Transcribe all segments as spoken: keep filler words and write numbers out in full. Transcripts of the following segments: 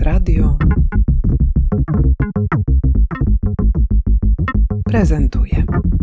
Radio prezentuje.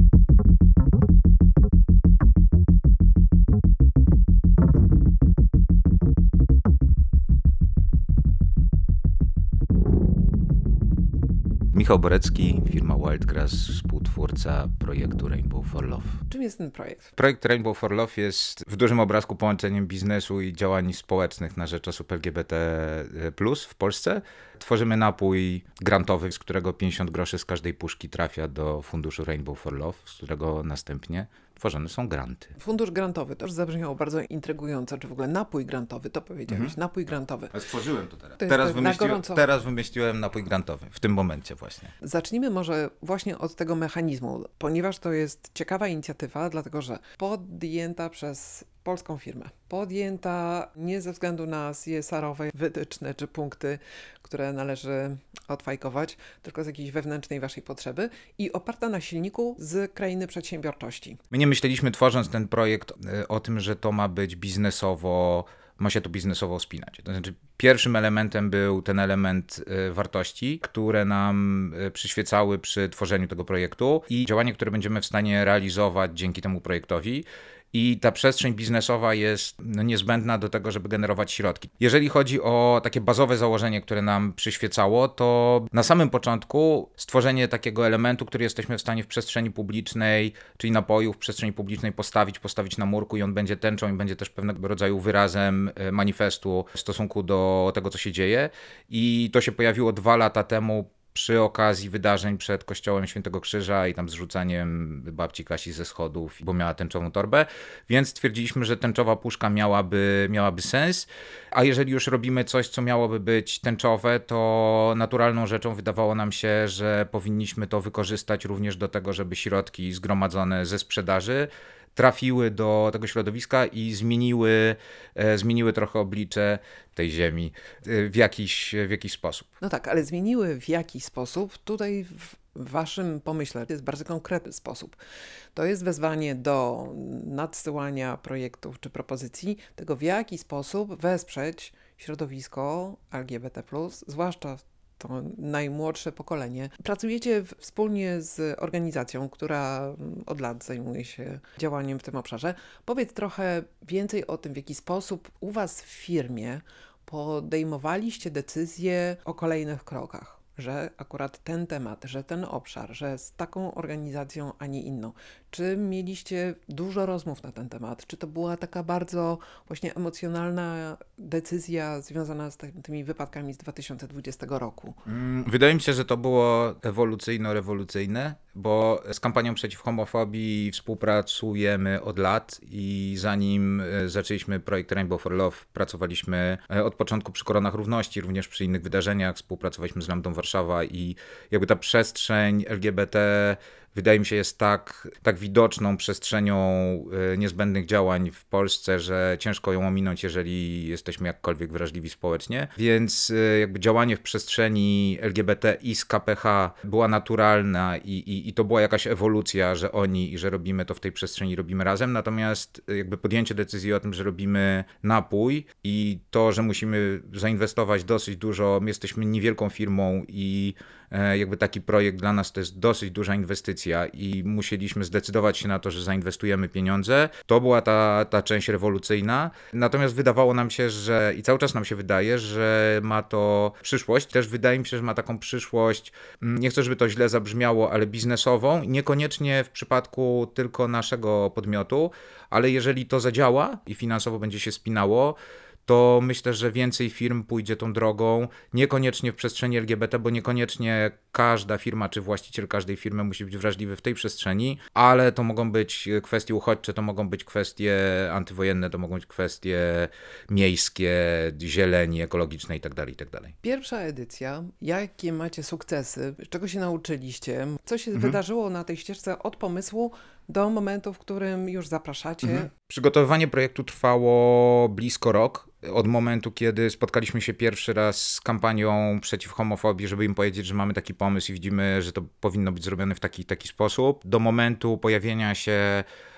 Michał Borecki, firma Wildgrass, współtwórca projektu Rainbow for Love. Czym jest ten projekt? Projekt Rainbow for Love jest w dużym obrazku połączeniem biznesu i działań społecznych na rzecz osób L G B T plus w Polsce. Tworzymy napój grantowy, z którego pięćdziesiąt groszy z każdej puszki trafia do funduszu Rainbow for Love, z którego następnie tworzone są granty. Fundusz grantowy, to już zabrzmiało bardzo intrygująco, czy w ogóle napój grantowy, to powiedziałeś, mhm. napój grantowy. A stworzyłem to teraz. To teraz, tak wymyśliłem, teraz wymyśliłem napój grantowy, w tym momencie właśnie. Zacznijmy może właśnie od tego mechanizmu, ponieważ to jest ciekawa inicjatywa, dlatego że podjęta przez polską firmę. Podjęta nie ze względu na C S R-owe wytyczne czy punkty, które należy odfajkować, tylko z jakiejś wewnętrznej waszej potrzeby i oparta na silniku z krainy przedsiębiorczości. My nie myśleliśmy, tworząc ten projekt, o tym, że to ma być biznesowo, ma się to biznesowo spinać. To znaczy, pierwszym elementem był ten element wartości, które nam przyświecały przy tworzeniu tego projektu i działanie, które będziemy w stanie realizować dzięki temu projektowi. I ta przestrzeń biznesowa jest no, niezbędna do tego, żeby generować środki. Jeżeli chodzi o takie bazowe założenie, które nam przyświecało, to na samym początku stworzenie takiego elementu, który jesteśmy w stanie w przestrzeni publicznej, czyli napoju w przestrzeni publicznej postawić, postawić na murku i on będzie tęczą i będzie też pewnego rodzaju wyrazem manifestu w stosunku do tego, co się dzieje. I to się pojawiło dwa lata temu przy okazji wydarzeń przed kościołem Świętego Krzyża i tam zrzucaniem babci Kasi ze schodów, bo miała tęczową torbę, więc stwierdziliśmy, że tęczowa puszka miałaby, miałaby sens, a jeżeli już robimy coś, co miałoby być tęczowe, to naturalną rzeczą wydawało nam się, że powinniśmy to wykorzystać również do tego, żeby środki zgromadzone ze sprzedaży trafiły do tego środowiska i zmieniły, e, zmieniły trochę oblicze tej ziemi e, w jakiś, w jakiś sposób. No tak, ale zmieniły w jakiś sposób. Tutaj w waszym pomyśle jest bardzo konkretny sposób. To jest wezwanie do nadsyłania projektów czy propozycji tego, w jaki sposób wesprzeć środowisko L G B T plus, zwłaszcza to najmłodsze pokolenie. Pracujecie w, wspólnie z organizacją, która od lat zajmuje się działaniem w tym obszarze. Powiedz trochę więcej o tym, w jaki sposób u was w firmie podejmowaliście decyzje o kolejnych krokach, że akurat ten temat, że ten obszar, że z taką organizacją, a nie inną. Czy mieliście dużo rozmów na ten temat? Czy to była taka bardzo właśnie emocjonalna decyzja związana z tymi wypadkami z dwa tysiące dwudziestego roku? Wydaje mi się, że to było ewolucyjno-rewolucyjne, bo z kampanią przeciw homofobii współpracujemy od lat i zanim zaczęliśmy projekt Rainbow for Love, pracowaliśmy od początku przy Koronach Równości, również przy innych wydarzeniach, współpracowaliśmy z Lambdą Warszawa i jakby ta przestrzeń L G B T wydaje mi się jest tak, tak widoczną przestrzenią niezbędnych działań w Polsce, że ciężko ją ominąć, jeżeli jesteśmy jakkolwiek wrażliwi społecznie. Więc jakby działanie w przestrzeni L G B T i z K P H była naturalna i, i, i to była jakaś ewolucja, że oni i że robimy to w tej przestrzeni, robimy razem. Natomiast jakby podjęcie decyzji o tym, że robimy napój i to, że musimy zainwestować dosyć dużo, my jesteśmy niewielką firmą i jakby taki projekt dla nas to jest dosyć duża inwestycja i musieliśmy zdecydować się na to, że zainwestujemy pieniądze. To była ta, ta część rewolucyjna. Natomiast wydawało nam się, że i cały czas nam się wydaje, że ma to przyszłość. Też wydaje mi się, że ma taką przyszłość, nie chcę, żeby to źle zabrzmiało, ale biznesową. Niekoniecznie w przypadku tylko naszego podmiotu, ale jeżeli to zadziała i finansowo będzie się spinało, to myślę, że więcej firm pójdzie tą drogą, niekoniecznie w przestrzeni L G B T, bo niekoniecznie każda firma czy właściciel każdej firmy musi być wrażliwy w tej przestrzeni, ale to mogą być kwestie uchodźcze, to mogą być kwestie antywojenne, to mogą być kwestie miejskie, zieleni, ekologicznej itd., itd. Pierwsza edycja. Jakie macie sukcesy? Czego się nauczyliście? Co się Mhm. wydarzyło na tej ścieżce od pomysłu do momentu, w którym już zapraszacie? Mhm. Przygotowywanie projektu trwało blisko rok. Od momentu, kiedy spotkaliśmy się pierwszy raz z kampanią przeciw homofobii, żeby im powiedzieć, że mamy taki pomysł i widzimy, że to powinno być zrobione w taki taki sposób, do momentu pojawienia się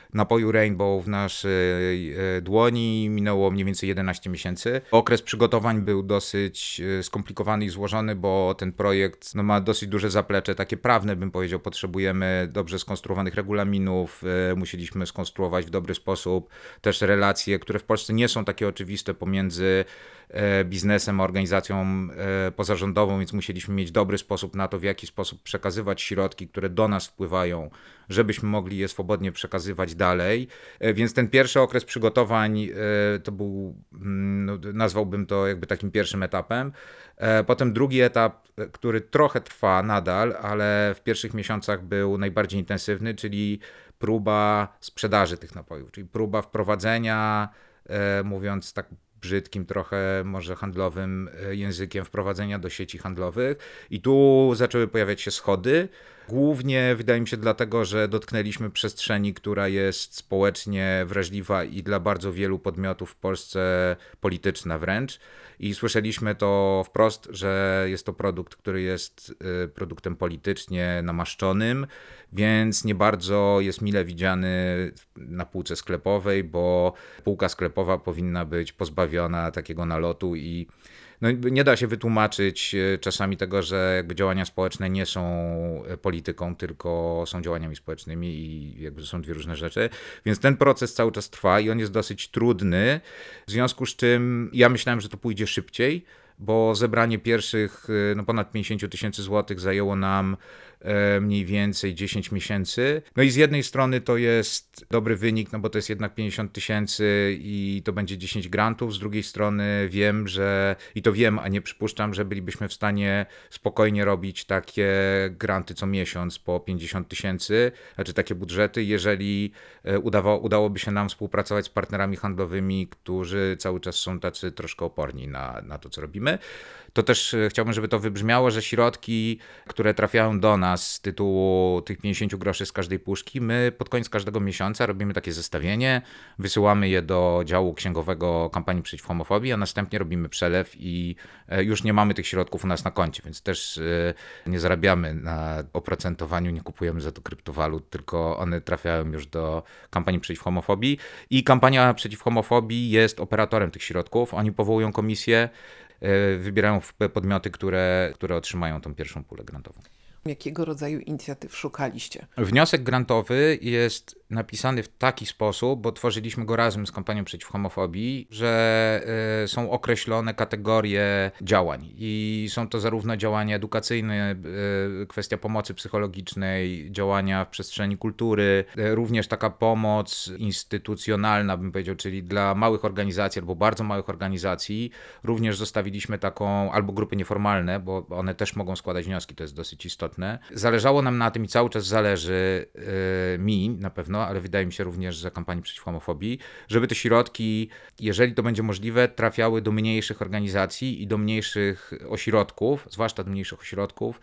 napoju Rainbow w naszej dłoni minęło mniej więcej jedenaście miesięcy. Okres przygotowań był dosyć skomplikowany i złożony, bo ten projekt no, ma dosyć duże zaplecze, takie prawne bym powiedział. Potrzebujemy dobrze skonstruowanych regulaminów, musieliśmy skonstruować w dobry sposób też relacje, które w Polsce nie są takie oczywiste pomiędzy biznesem a organizacją pozarządową, więc musieliśmy mieć dobry sposób na to, w jaki sposób przekazywać środki, które do nas wpływają, żebyśmy mogli je swobodnie przekazywać dalej. Więc ten pierwszy okres przygotowań to był, no, nazwałbym to jakby takim pierwszym etapem. Potem drugi etap, który trochę trwa nadal, ale w pierwszych miesiącach był najbardziej intensywny, czyli próba sprzedaży tych napojów, czyli próba wprowadzenia, mówiąc tak brzydkim, trochę może handlowym językiem, wprowadzenia do sieci handlowych i tu zaczęły pojawiać się schody. Głównie wydaje mi się dlatego, że dotknęliśmy przestrzeni, która jest społecznie wrażliwa i dla bardzo wielu podmiotów w Polsce polityczna wręcz. I słyszeliśmy to wprost, że jest to produkt, który jest produktem politycznie namaszczonym, więc nie bardzo jest mile widziany na półce sklepowej, bo półka sklepowa powinna być pozbawiona takiego nalotu i no, nie da się wytłumaczyć czasami tego, że jakby działania społeczne nie są polityką, tylko są działaniami społecznymi i jakby są dwie różne rzeczy. Więc ten proces cały czas trwa i on jest dosyć trudny, w związku z czym ja myślałem, że to pójdzie szybciej, bo zebranie pierwszych no ponad pięćdziesiąt tysięcy złotych zajęło nam mniej więcej dziesięć miesięcy. No i z jednej strony to jest dobry wynik, no bo to jest jednak pięćdziesiąt tysięcy i to będzie dziesięć grantów, z drugiej strony wiem, że i to wiem, a nie przypuszczam, że bylibyśmy w stanie spokojnie robić takie granty co miesiąc po pięćdziesiąt tysięcy, znaczy takie budżety, jeżeli udało, udałoby się nam współpracować z partnerami handlowymi, którzy cały czas są tacy troszkę oporni na, na to, co robimy. To też chciałbym, żeby to wybrzmiało, że środki, które trafiają do nas z tytułu tych pięćdziesiąt groszy z każdej puszki, my pod koniec każdego miesiąca robimy takie zestawienie, wysyłamy je do działu księgowego kampanii przeciw homofobii, a następnie robimy przelew i już nie mamy tych środków u nas na koncie, więc też nie zarabiamy na oprocentowaniu, nie kupujemy za to kryptowalut, tylko one trafiają już do kampanii przeciw homofobii i kampania przeciw homofobii jest operatorem tych środków. Oni powołują komisję, wybierają podmioty, które, które otrzymają tą pierwszą pulę grantową. Jakiego rodzaju inicjatyw szukaliście? Wniosek grantowy jest napisany w taki sposób, bo tworzyliśmy go razem z kampanią przeciw homofobii, że y, są określone kategorie działań i są to zarówno działania edukacyjne, y, kwestia pomocy psychologicznej, działania w przestrzeni kultury, y, również taka pomoc instytucjonalna, bym powiedział, czyli dla małych organizacji albo bardzo małych organizacji. Również zostawiliśmy taką, albo grupy nieformalne, bo one też mogą składać wnioski, to jest dosyć istotne. Zależało nam na tym i cały czas zależy y, mi na pewno, ale wydaje mi się również, że kampanii przeciw homofobii, żeby te środki, jeżeli to będzie możliwe, trafiały do mniejszych organizacji i do mniejszych ośrodków, zwłaszcza do mniejszych ośrodków,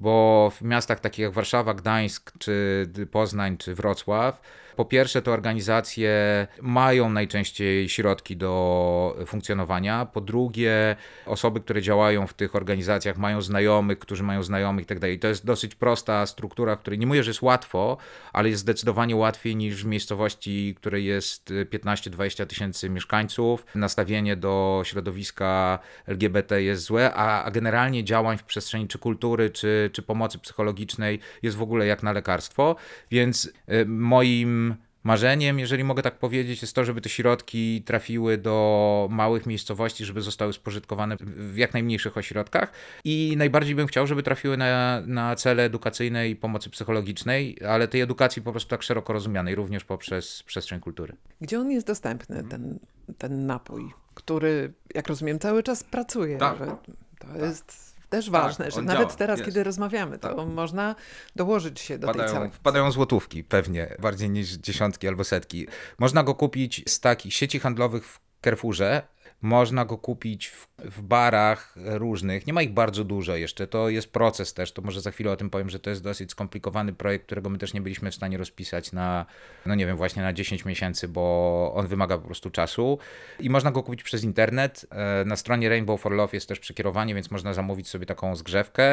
bo w miastach takich jak Warszawa, Gdańsk, czy Poznań, czy Wrocław, po pierwsze te organizacje mają najczęściej środki do funkcjonowania, po drugie osoby, które działają w tych organizacjach mają znajomych, którzy mają znajomych i tak dalej. To jest dosyć prosta struktura, w której nie mówię, że jest łatwo, ale jest zdecydowanie łatwiej niż w miejscowości, w której jest piętnaście dwadzieścia tysięcy mieszkańców. Nastawienie do środowiska L G B T jest złe, a, a generalnie działań w przestrzeni czy kultury, czy, czy pomocy psychologicznej jest w ogóle jak na lekarstwo, więc y, moim marzeniem, jeżeli mogę tak powiedzieć, jest to, żeby te środki trafiły do małych miejscowości, żeby zostały spożytkowane w jak najmniejszych ośrodkach i najbardziej bym chciał, żeby trafiły na, na cele edukacyjne i pomocy psychologicznej, ale tej edukacji po prostu tak szeroko rozumianej, również poprzez przestrzeń kultury. Gdzie on jest dostępny, ten, ten napój, który, jak rozumiem, cały czas pracuje? Tak. Że to tak. jest też ważne, tak, że on nawet działa, teraz, jest. kiedy rozmawiamy, to tak. można dołożyć się do Wpadają, tej całej... wpadają złotówki pewnie, bardziej niż dziesiątki albo setki. Można go kupić z takich sieci handlowych w Carrefourze. Można go kupić w, w barach różnych. Nie ma ich bardzo dużo jeszcze. To jest proces też. To może za chwilę o tym powiem, że to jest dosyć skomplikowany projekt, którego my też nie byliśmy w stanie rozpisać na, no nie wiem, właśnie na dziesięć miesięcy, bo on wymaga po prostu czasu. I można go kupić przez internet. Na stronie Rainbow for Love jest też przekierowanie, więc można zamówić sobie taką zgrzewkę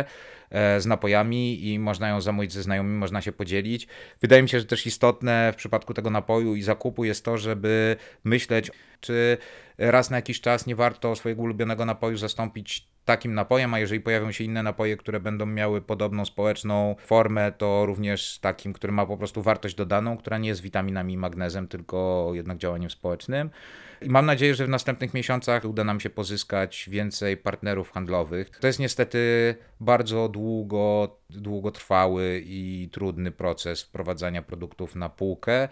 z napojami i można ją zamówić ze znajomymi, można się podzielić. Wydaje mi się, że też istotne w przypadku tego napoju i zakupu jest to, żeby myśleć, czy raz na jakiś czas nie warto swojego ulubionego napoju zastąpić takim napojem, a jeżeli pojawią się inne napoje, które będą miały podobną społeczną formę, to również takim, który ma po prostu wartość dodaną, która nie jest witaminami i magnezem, tylko jednak działaniem społecznym. I mam nadzieję, że w następnych miesiącach uda nam się pozyskać więcej partnerów handlowych. To jest niestety bardzo długo, długotrwały i trudny proces wprowadzania produktów na półkę.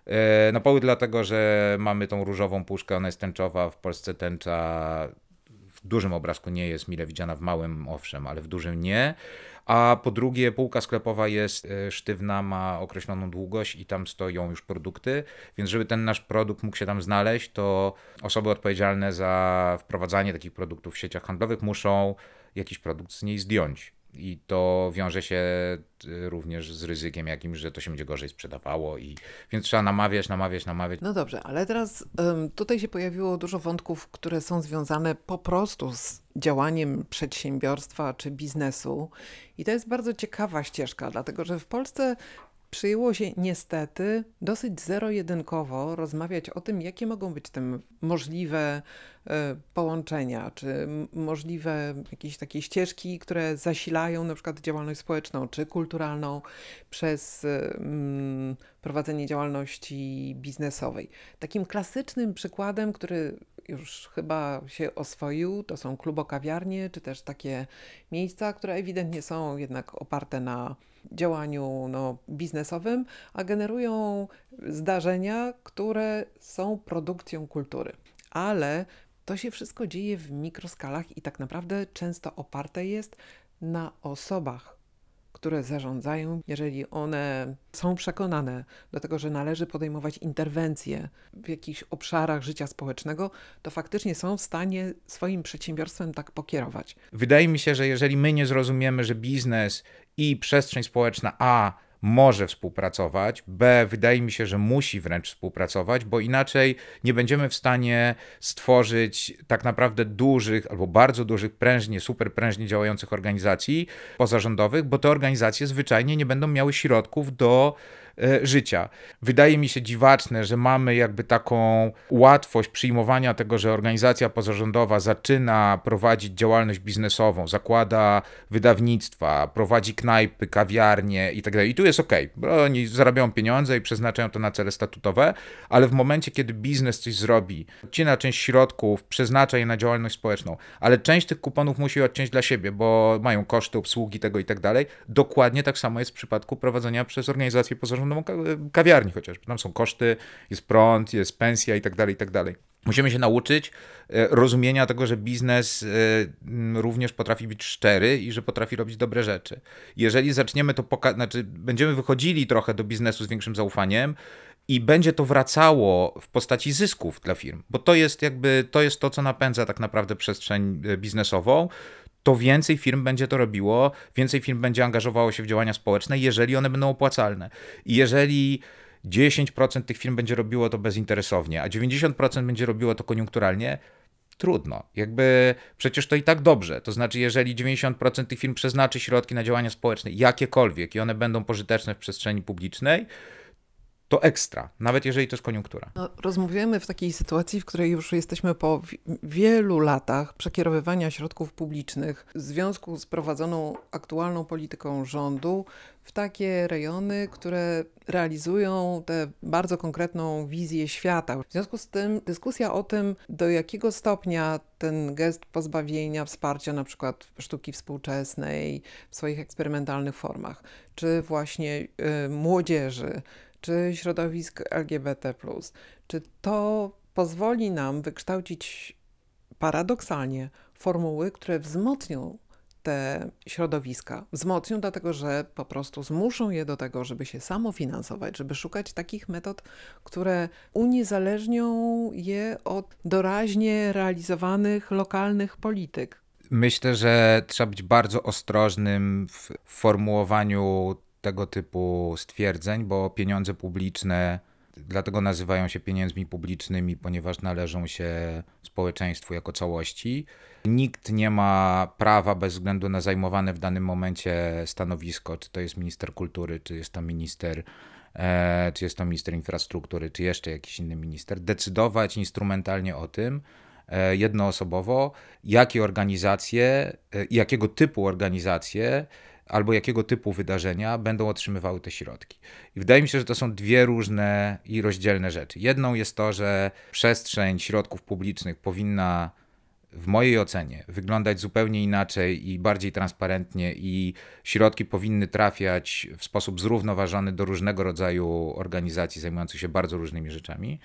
Na poły dlatego, że mamy tą różową puszkę, ona jest tęczowa, w Polsce tęcza w dużym obrazku nie jest mile widziana, w małym owszem, ale w dużym nie. A po drugie półka sklepowa jest sztywna, ma określoną długość i tam stoją już produkty, więc żeby ten nasz produkt mógł się tam znaleźć, to osoby odpowiedzialne za wprowadzanie takich produktów w sieciach handlowych muszą jakiś produkt z niej zdjąć. I to wiąże się również z ryzykiem jakimś, że to się będzie gorzej sprzedawało, i więc trzeba namawiać, namawiać, namawiać. No dobrze, ale teraz um, tutaj się pojawiło dużo wątków, które są związane po prostu z działaniem przedsiębiorstwa czy biznesu i to jest bardzo ciekawa ścieżka, dlatego że w Polsce przyjęło się niestety dosyć zero-jedynkowo rozmawiać o tym, jakie mogą być te możliwe e, połączenia, czy m- możliwe jakieś takie ścieżki, które zasilają na przykład działalność społeczną czy kulturalną przez e, mm, prowadzenie działalności biznesowej. Takim klasycznym przykładem, który już chyba się oswoił, to są klubokawiarnie, czy też takie miejsca, które ewidentnie są jednak oparte na działaniu no, biznesowym, a generują zdarzenia, które są produkcją kultury. Ale to się wszystko dzieje w mikroskalach i tak naprawdę często oparte jest na osobach, które zarządzają, jeżeli one są przekonane do tego, że należy podejmować interwencje w jakichś obszarach życia społecznego, to faktycznie są w stanie swoim przedsiębiorstwem tak pokierować. Wydaje mi się, że jeżeli my nie zrozumiemy, że biznes i przestrzeń społeczna A może współpracować, B wydaje mi się, że musi wręcz współpracować, bo inaczej nie będziemy w stanie stworzyć tak naprawdę dużych albo bardzo dużych, prężnie, super prężnie działających organizacji pozarządowych, bo te organizacje zwyczajnie nie będą miały środków do e, życia. Wydaje mi się dziwaczne, że mamy jakby taką łatwość przyjmowania tego, że organizacja pozarządowa zaczyna prowadzić działalność biznesową, zakłada wydawnictwa, prowadzi knajpy, kawiarnie i tak dalej. I tu jest okej, bo oni zarabiają pieniądze i przeznaczają to na cele statutowe, ale w momencie, kiedy biznes coś zrobi, odcina część środków, przeznacza je na działalność społeczną, ale część tych kuponów musi odciąć dla siebie, bo mają koszty obsługi tego i tak dalej. Dokładnie tak samo jest w przypadku prowadzenia przez organizację pozarządową kawiarni chociażby. Tam są koszty, jest prąd, jest pensja i tak dalej, i tak dalej. Musimy się nauczyć rozumienia tego, że biznes również potrafi być szczery i że potrafi robić dobre rzeczy. Jeżeli zaczniemy to pokazać, znaczy będziemy wychodzili trochę do biznesu z większym zaufaniem i będzie to wracało w postaci zysków dla firm, bo to jest jakby, to jest to, co napędza tak naprawdę przestrzeń biznesową, to więcej firm będzie to robiło, więcej firm będzie angażowało się w działania społeczne, jeżeli one będą opłacalne. I jeżeli dziesięć procent tych firm będzie robiło to bezinteresownie, a dziewięćdziesiąt procent będzie robiło to koniunkturalnie, trudno. Jakby przecież to i tak dobrze. To znaczy, jeżeli dziewięćdziesiąt procent tych firm przeznaczy środki na działania społeczne, jakiekolwiek, i one będą pożyteczne w przestrzeni publicznej, to ekstra, nawet jeżeli to jest koniunktura. No, rozmawiamy w takiej sytuacji, w której już jesteśmy po wi- wielu latach przekierowywania środków publicznych w związku z prowadzoną aktualną polityką rządu w takie rejony, które realizują tę bardzo konkretną wizję świata. W związku z tym dyskusja o tym, do jakiego stopnia ten gest pozbawienia wsparcia na przykład sztuki współczesnej w swoich eksperymentalnych formach, czy właśnie y, młodzieży, czy środowisk L G B T plus, czy to pozwoli nam wykształcić paradoksalnie formuły, które wzmocnią te środowiska wzmocnią, dlatego że po prostu zmuszą je do tego, żeby się samofinansować, żeby szukać takich metod, które uniezależnią je od doraźnie realizowanych lokalnych polityk. Myślę, że trzeba być bardzo ostrożnym w formułowaniu tego typu stwierdzeń, bo pieniądze publiczne, dlatego nazywają się pieniędzmi publicznymi, ponieważ należą się społeczeństwu jako całości. Nikt nie ma prawa bez względu na zajmowane w danym momencie stanowisko, czy to jest minister kultury, czy jest to minister, e, czy jest to minister infrastruktury, czy jeszcze jakiś inny minister, decydować instrumentalnie o tym, e, jednoosobowo, jakie organizacje, e, jakiego typu organizacje albo jakiego typu wydarzenia będą otrzymywały te środki. I wydaje mi się, że to są dwie różne i rozdzielne rzeczy. Jedną jest to, że przestrzeń środków publicznych powinna w mojej ocenie wyglądać zupełnie inaczej i bardziej transparentnie i środki powinny trafiać w sposób zrównoważony do różnego rodzaju organizacji zajmujących się bardzo różnymi rzeczami.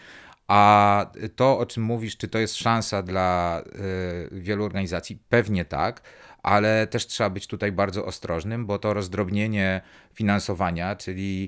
A to, o czym mówisz, czy to jest szansa dla y, wielu organizacji? Pewnie tak, ale też trzeba być tutaj bardzo ostrożnym, bo to rozdrobnienie finansowania, czyli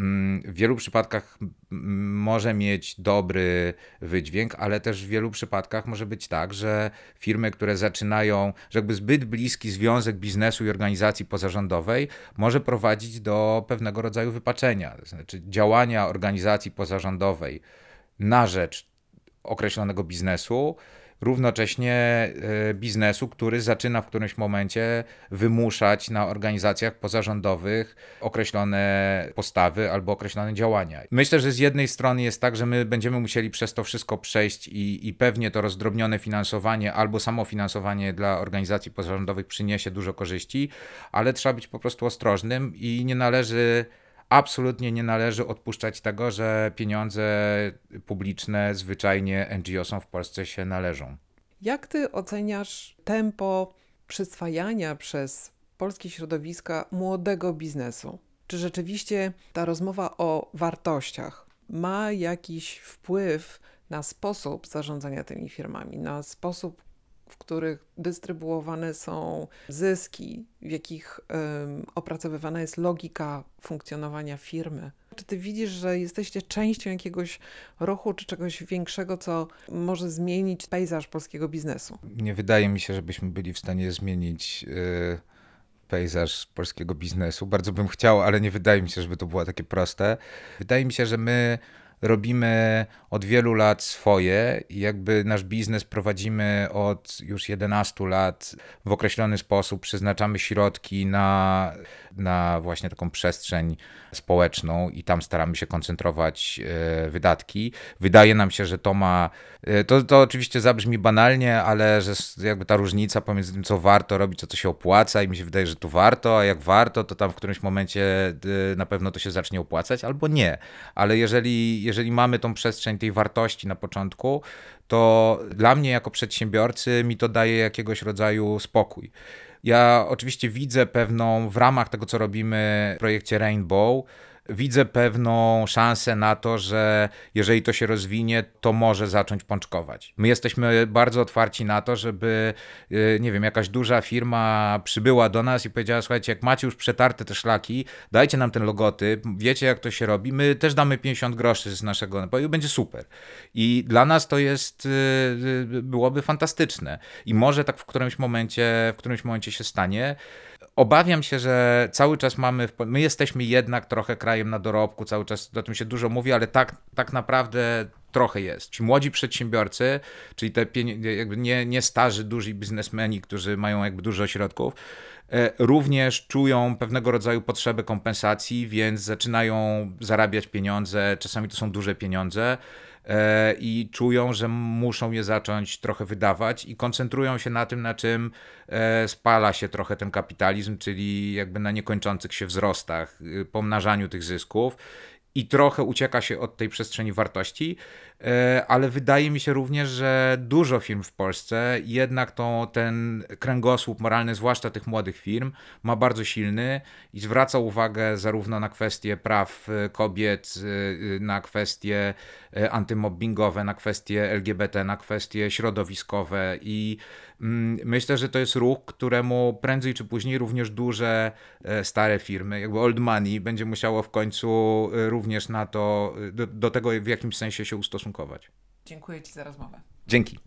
w wielu przypadkach może mieć dobry wydźwięk, ale też w wielu przypadkach może być tak, że firmy, które zaczynają, że jakby zbyt bliski związek biznesu i organizacji pozarządowej może prowadzić do pewnego rodzaju wypaczenia. To znaczy działania organizacji pozarządowej na rzecz określonego biznesu, równocześnie biznesu, który zaczyna w którymś momencie wymuszać na organizacjach pozarządowych określone postawy albo określone działania. Myślę, że z jednej strony jest tak, że my będziemy musieli przez to wszystko przejść i, i pewnie to rozdrobnione finansowanie albo samofinansowanie dla organizacji pozarządowych przyniesie dużo korzyści, ale trzeba być po prostu ostrożnym i nie należy Absolutnie nie należy odpuszczać tego, że pieniądze publiczne zwyczajnie N G O-som w Polsce się należą. Jak ty oceniasz tempo przyswajania przez polskie środowiska młodego biznesu? Czy rzeczywiście ta rozmowa o wartościach ma jakiś wpływ na sposób zarządzania tymi firmami, na sposób, w których dystrybuowane są zyski, w jakich um, opracowywana jest logika funkcjonowania firmy? Czy ty widzisz, że jesteście częścią jakiegoś ruchu czy czegoś większego, co może zmienić pejzaż polskiego biznesu? Nie wydaje mi się, żebyśmy byli w stanie zmienić yy, pejzaż polskiego biznesu. Bardzo bym chciał, ale nie wydaje mi się, żeby to było takie proste. Wydaje mi się, że my robimy od wielu lat swoje i jakby nasz biznes prowadzimy od już jedenastu lat w określony sposób, przeznaczamy środki na, na właśnie taką przestrzeń społeczną i tam staramy się koncentrować e, wydatki. Wydaje nam się, że to ma, e, to, to oczywiście zabrzmi banalnie, ale że jakby ta różnica pomiędzy tym, co warto robić, a co się opłaca i mi się wydaje, że tu warto, a jak warto, to tam w którymś momencie e, na pewno to się zacznie opłacać albo nie. Ale jeżeli, jeżeli mamy tą przestrzeń tej wartości na początku, to dla mnie jako przedsiębiorcy mi to daje jakiegoś rodzaju spokój. Ja oczywiście widzę pewną, w ramach tego, co robimy w projekcie Rainbow, widzę pewną szansę na to, że jeżeli to się rozwinie, to może zacząć pączkować. My jesteśmy bardzo otwarci na to, żeby, nie wiem, jakaś duża firma przybyła do nas i powiedziała: słuchajcie, jak macie już przetarte te szlaki, dajcie nam ten logotyp, wiecie jak to się robi, my też damy pięćdziesiąt groszy z naszego napoju, będzie super. I dla nas to jest, byłoby fantastyczne. I może tak w którymś momencie, w którymś momencie się stanie. Obawiam się, że cały czas mamy, my jesteśmy jednak trochę krajem na dorobku, cały czas o tym się dużo mówi, ale tak, tak naprawdę trochę jest. Ci młodzi przedsiębiorcy, czyli te jakby nie, nie starzy, duzi biznesmeni, którzy mają jakby dużo środków, również czują pewnego rodzaju potrzebę kompensacji, więc zaczynają zarabiać pieniądze, czasami to są duże pieniądze, i czują, że muszą je zacząć trochę wydawać i koncentrują się na tym, na czym spala się trochę ten kapitalizm, czyli jakby na niekończących się wzrostach, pomnażaniu tych zysków i trochę ucieka się od tej przestrzeni wartości. ale wydaje mi się również, że dużo firm w Polsce jednak to, ten kręgosłup moralny, zwłaszcza tych młodych firm, ma bardzo silny i zwraca uwagę zarówno na kwestie praw kobiet, na kwestie antymobbingowe, na kwestie L G B T, na kwestie środowiskowe i myślę, że to jest ruch, któremu prędzej czy później również duże, stare firmy, jakby old money, będzie musiało w końcu również na to, do, do tego w jakimś sensie się ustosunkować. Dziękuję Ci za rozmowę. Dzięki.